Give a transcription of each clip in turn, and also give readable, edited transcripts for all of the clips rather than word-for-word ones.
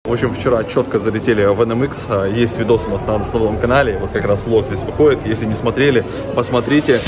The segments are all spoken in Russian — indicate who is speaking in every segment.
Speaker 1: В общем, вчера четко залетели в NMX. Есть видос у нас на основном канале. Вот как раз влог здесь выходит. Если не смотрели, посмотрите.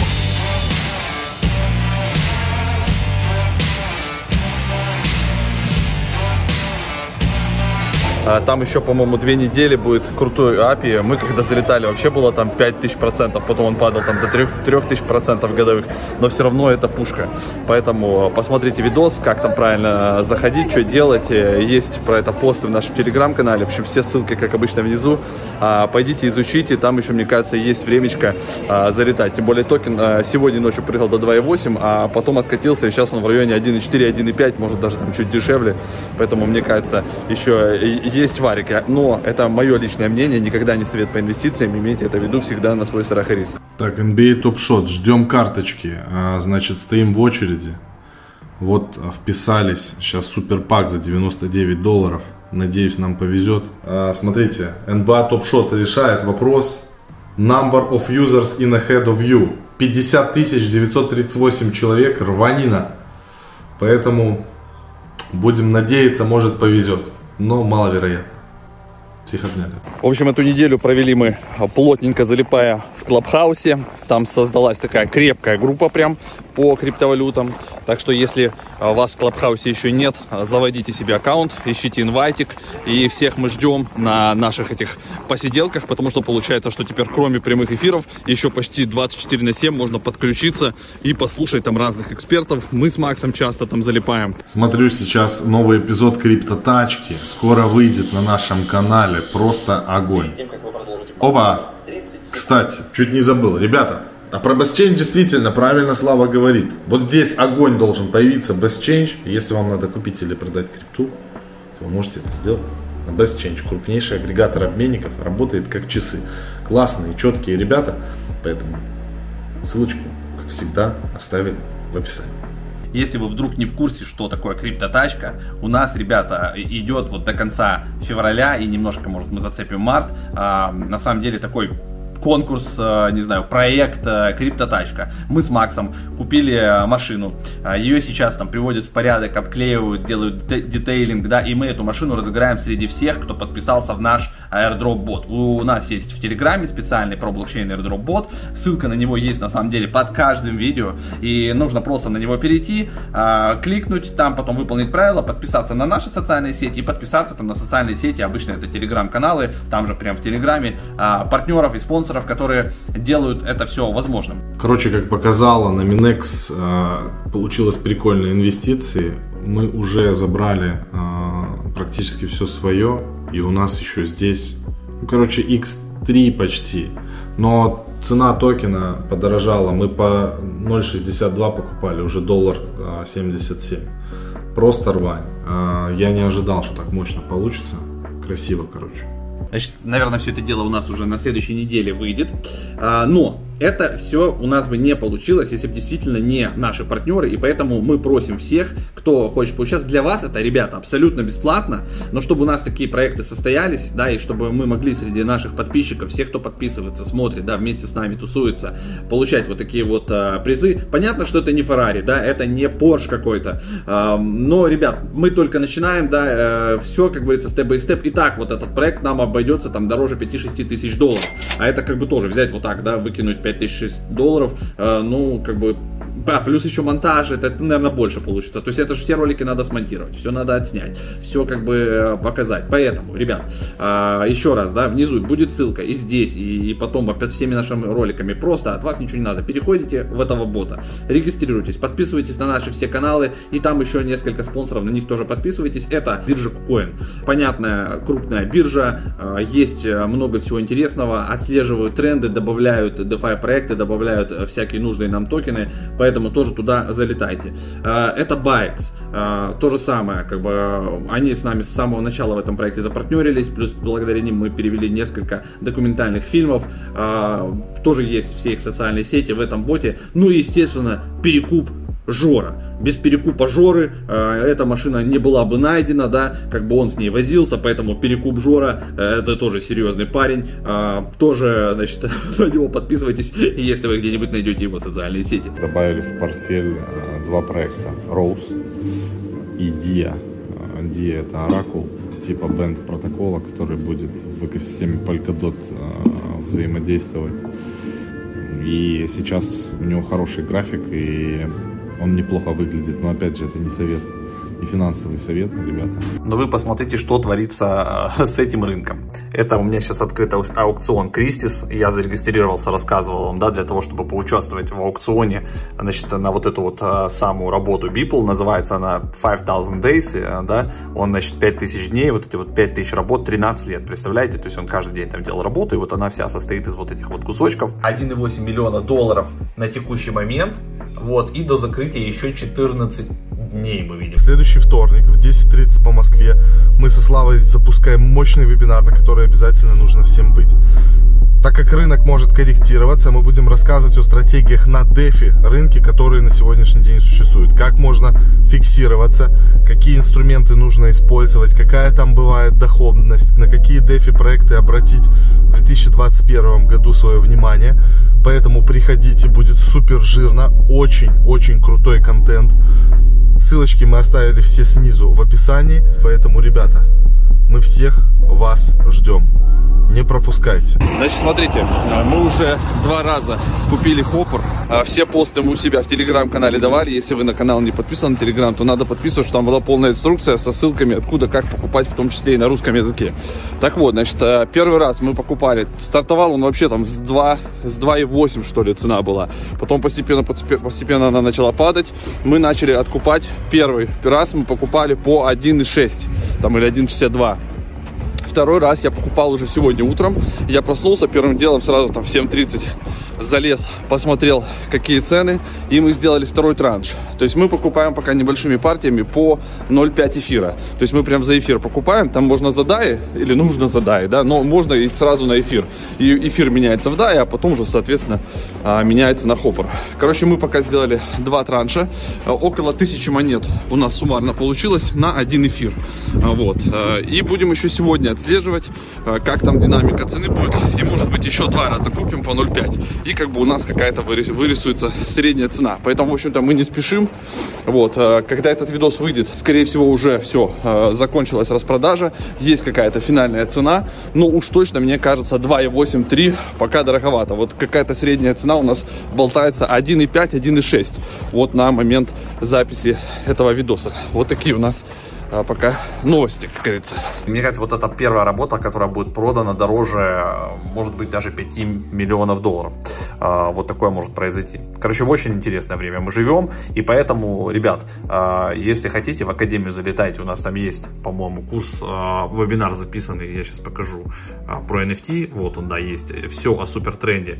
Speaker 1: Там еще, по-моему, 2 недели будет крутой API. Мы когда залетали, вообще было там 5000%, потом он падал там до 3000% годовых. Но все равно это пушка. Поэтому посмотрите видос, как там правильно заходить, что делать. Есть про это посты в нашем телеграм-канале. В общем, все ссылки, как обычно, внизу. Пойдите, изучите. Там еще, мне кажется, есть времечко залетать. Тем более токен сегодня ночью прыгал до 2.8, а потом откатился. И сейчас он в районе 1.4, 1.5, может даже там чуть дешевле. Поэтому, мне кажется, еще есть варик, но это мое личное мнение, никогда не совет по инвестициям, имейте это в виду всегда на свой страх и риск.
Speaker 2: Так, NBA Top Shot, ждем карточки, значит, стоим в очереди, вот вписались, сейчас суперпак за $99, надеюсь, нам повезет. Смотрите, NBA Top Shot решает вопрос, number of users in ahead of you, 50 938 человек, рванина, поэтому будем надеяться, может повезет. Но маловероятно. Психотняли.
Speaker 1: В общем, эту неделю провели мы плотненько залипая в Клабхаусе. Там создалась такая крепкая группа прям по криптовалютам. Так что, если вас в Клабхаусе еще нет, заводите себе аккаунт, ищите инвайтик. И всех мы ждем на наших этих посиделках, потому что получается, что теперь кроме прямых эфиров, еще почти 24/7 можно подключиться и послушать там разных экспертов. Мы с Максом часто там залипаем.
Speaker 2: Смотрю сейчас новый эпизод Криптотачки. Скоро выйдет на нашем канале. Просто огонь. Опа! Кстати, чуть не забыл. Ребята, а про BestChange действительно правильно Слава говорит. Вот здесь огонь должен появиться, BestChange. Если вам надо купить или продать крипту, то вы можете это сделать. На BestChange, крупнейший агрегатор обменников, работает как часы. Классные, четкие ребята. Поэтому ссылочку, как всегда, оставили в описании.
Speaker 1: Если вы вдруг не в курсе, что такое криптотачка, у нас, ребята, идет вот до конца февраля и немножко, может, мы зацепим март. На самом деле такой конкурс, не знаю, проект криптотачка. Мы с Максом купили машину, ее сейчас там приводят в порядок, обклеивают, делают детейлинг, да, и мы эту машину разыграем среди всех, кто подписался в наш airdrop бот. У нас есть в Телеграме специальный про блокчейн airdrop бот, ссылка на него есть на самом деле под каждым видео, и нужно просто на него перейти, кликнуть, там потом выполнить правила, подписаться на наши социальные сети и подписаться там на социальные сети, обычно это Телеграм-каналы, там же прям в Телеграме, партнеров и спонсоров, которые делают это все возможным.
Speaker 2: Короче, как показало на Minex, получилось прикольные инвестиции. Мы уже забрали практически все свое. И у нас еще здесь, короче, x3 почти. Но цена токена подорожала. Мы по 0.62 покупали, уже $1.77. Просто рвань. Я не ожидал, что так мощно получится. Красиво, короче.
Speaker 1: Значит, наверное, все это дело у нас уже на следующей неделе выйдет. Но это все у нас бы не получилось, если бы действительно не наши партнеры. И поэтому мы просим всех, кто хочет поучаствовать. Для вас это, ребята, абсолютно бесплатно. Но чтобы у нас такие проекты состоялись, да, и чтобы мы могли среди наших подписчиков, всех, кто подписывается, смотрит, да, вместе с нами тусуется, получать вот такие вот призы. Понятно, что это не Ferrari, да, это не Porsche какой-то. Но, ребят, мы только начинаем, да, все, как говорится, степ-бай-степ. И так вот этот проект нам обойдется там дороже 5-6 тысяч долларов. А это как бы тоже взять вот так, да, выкинуть $5006, ну, как бы, плюс еще монтаж, это, наверное, больше получится. То есть это же все ролики надо смонтировать, все надо отснять, все как бы показать. Поэтому, ребят, еще раз, да, внизу будет ссылка и здесь, и потом под всеми нашими роликами. Просто от вас ничего не надо. Переходите в этого бота, регистрируйтесь, подписывайтесь на наши все каналы, и там еще несколько спонсоров, на них тоже подписывайтесь. Это биржа KuCoin. Понятная, крупная биржа, есть много всего интересного, отслеживают тренды, добавляют DeFi проекты, добавляют всякие нужные нам токены, поэтому тоже туда залетайте. Это BuyX, то же самое, как бы они с нами с самого начала в этом проекте запартнерились, плюс благодаря ним мы перевели несколько документальных фильмов, тоже есть все их социальные сети в этом боте, ну и естественно перекуп Жора. Без перекупа Жоры эта машина не была бы найдена, да, как бы он с ней возился, поэтому перекуп Жора, это тоже серьезный парень, тоже, значит, на него подписывайтесь, если вы где-нибудь найдете его социальные сети.
Speaker 2: Добавили в портфель два проекта, Rose и Dia. Dia это Oracle, типа бенд протокола, который будет в экосистеме Polkadot взаимодействовать. И сейчас у него хороший график, и он неплохо выглядит. Но опять же, это не совет, не финансовый совет, ребята.
Speaker 1: Но вы посмотрите, что творится с этим рынком. Это у меня сейчас открыт аукцион Christie's. Я зарегистрировался, рассказывал вам, да, для того, чтобы поучаствовать в аукционе, значит, на вот эту вот самую работу Beeple. Называется она 5000 Days, да. Он, значит, 5000 дней, вот эти вот 5000 работ, 13 лет, представляете? То есть он каждый день там делал работу, и вот она вся состоит из вот этих вот кусочков. 1,8 миллиона долларов на текущий момент, вот, и до закрытия еще 14 дней мы видим.
Speaker 3: В следующий вторник в 10:30 по Москве мы со Славой запускаем мощный вебинар, на который обязательно нужно всем быть. Так как рынок может корректироваться, мы будем рассказывать о стратегиях на DeFi рынке, которые на сегодняшний день существуют. Как можно фиксироваться, какие инструменты нужно использовать, какая там бывает доходность, на какие DeFi проекты обратить в 2021 году свое внимание. Поэтому приходите, будет супер жирно, очень крутой контент. Ссылочки мы оставили все снизу в описании. Поэтому, ребята, мы всех вас ждем. Не пропускайте.
Speaker 1: Значит, смотрите, мы уже 2 раза купили хоппер. Все посты мы у себя в телеграм-канале давали. Если вы на канал не подписаны на телеграм, то надо подписываться, что там была полная инструкция со ссылками, откуда, как покупать, в том числе и на русском языке. Так вот, значит, первый раз мы покупали. Стартовал он вообще там с 2,8, что ли, цена была. Потом постепенно она начала падать. Мы начали откупать. Первый раз мы покупали по 1,6 там, или 1,62. Второй раз я покупал уже сегодня утром. Я проснулся, первым делом сразу там в 7:30 залез, посмотрел, какие цены, и мы сделали второй транш. То есть мы покупаем пока небольшими партиями по 0,5 эфира. То есть мы прям за эфир покупаем, там можно за DAI, или нужно за DAI, да, но можно и сразу на эфир. И эфир меняется в DAI, а потом уже, соответственно, меняется на хоппер. Короче, мы пока сделали 2 транша. Около 1000 монет у нас суммарно получилось на 1 эфир. Вот. И будем еще сегодня отслеживать, как там динамика цены будет. И, может быть, еще 2 раза купим по 0,5. И как бы у нас какая-то вырисуется средняя цена. Поэтому, в общем-то, мы не спешим. Вот. Когда этот видос выйдет, скорее всего, уже все, закончилась распродажа. Есть какая-то финальная цена. Но уж точно, мне кажется, 2,8-3 пока дороговато. Вот какая-то средняя цена у нас болтается 1,5, 1,6. Вот на момент записи этого видоса. Вот такие у нас пока новости, как говорится. Мне кажется, вот эта первая работа, которая будет продана дороже, может быть, даже 5 миллионов долларов. Вот такое может произойти. Короче, в очень интересное время мы живем. И поэтому, ребят, если хотите, в Академию залетайте. У нас там есть, по-моему, курс, вебинар записанный, я сейчас покажу, про NFT. Вот он, да, есть. Все о супертренде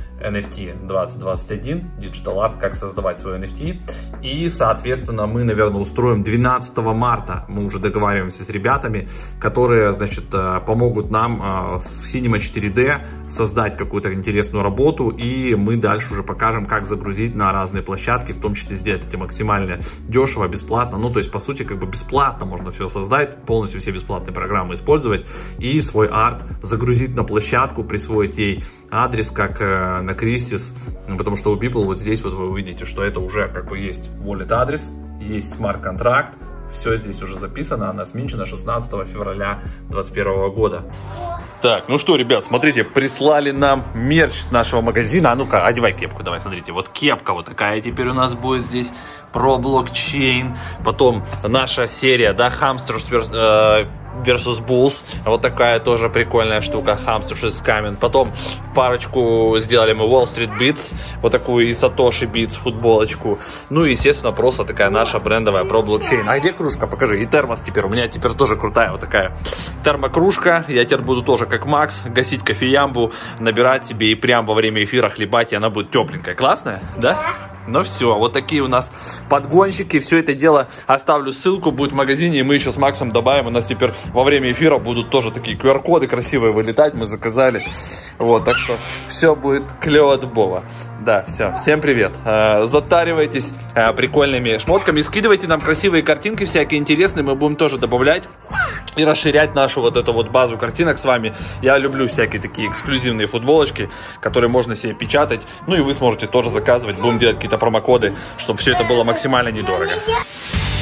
Speaker 1: NFT 2021, Digital Art, как создавать свой NFT. И, соответственно, мы, наверное, устроим 12 марта. Мы уже договариваемся с ребятами, которые, значит, помогут нам в Cinema 4D создать какую-то интересную работу. И мы дальше уже покажем, как загрузить на разные площадки, в том числе сделать это максимально дешево, бесплатно. Ну, то есть, по сути, как бы бесплатно можно все создать, полностью все бесплатные программы использовать и свой арт загрузить на площадку, присвоить ей адрес, как на Christie's, потому что у Beeple вот здесь вот вы увидите, что это уже как бы есть wallet адрес, есть смарт-контракт, все здесь уже записано, она сменчена 16 февраля 2021 года. Так, ну что, ребят, смотрите, прислали нам мерч с нашего магазина. А ну-ка, одевай кепку, давай, смотрите. Вот кепка вот такая теперь у нас будет здесь про блокчейн. Потом наша серия, да, Hamsters versus Bulls. Вот такая тоже прикольная штука. Hamsters is coming. Потом парочку сделали мы Wall Street Beats. Вот такую и Satoshi Beats футболочку. Ну и, естественно, просто такая наша брендовая про блокчейн. А где кружка? Покажи. И термос теперь. У меня теперь тоже крутая вот такая термокружка. Я теперь буду тоже как Макс гасить кофеямбу, набирать себе и прям во время эфира хлебать, и она будет тепленькая. Классная? Да? Ну все, вот такие у нас подгонщики. Все это дело оставлю ссылку, будет в магазине, и мы еще с Максом добавим. У нас теперь во время эфира будут тоже такие QR-коды красивые вылетать, мы заказали. Вот, так что все будет клево-дубово. Да, все, всем привет. Затаривайтесь прикольными шмотками, скидывайте нам красивые картинки всякие интересные, мы будем тоже добавлять и расширять нашу вот эту вот базу картинок с вами. Я люблю всякие такие эксклюзивные футболочки, которые можно себе печатать, ну и вы сможете тоже заказывать, будем делать какие-то промокоды, чтобы все это было максимально недорого.